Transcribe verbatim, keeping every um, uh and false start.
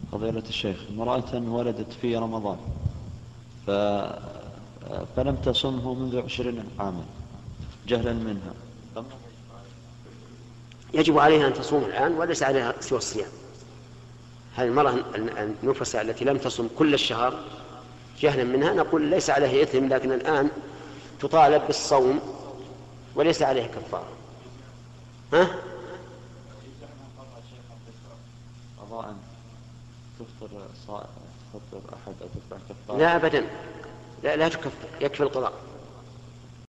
فضيلة الشيخ، امرأة ولدت في رمضان ف... فلم تصمه منذ عشرين عاما جهلا منها. يجب عليها أن تصوم الآن وليس عليها سوى الصيام. هذه المرأة النفساء التي لم تصم كل الشهر جهلا منها نقول ليس عليها إثم، لكن الآن تطالب بالصوم وليس عليها كفارة. ها؟ قضاء تفطر صائم تفطر أحد أو تفطر كفارة؟ لا أبدا، لا لا تكفر، يكفي القضاء.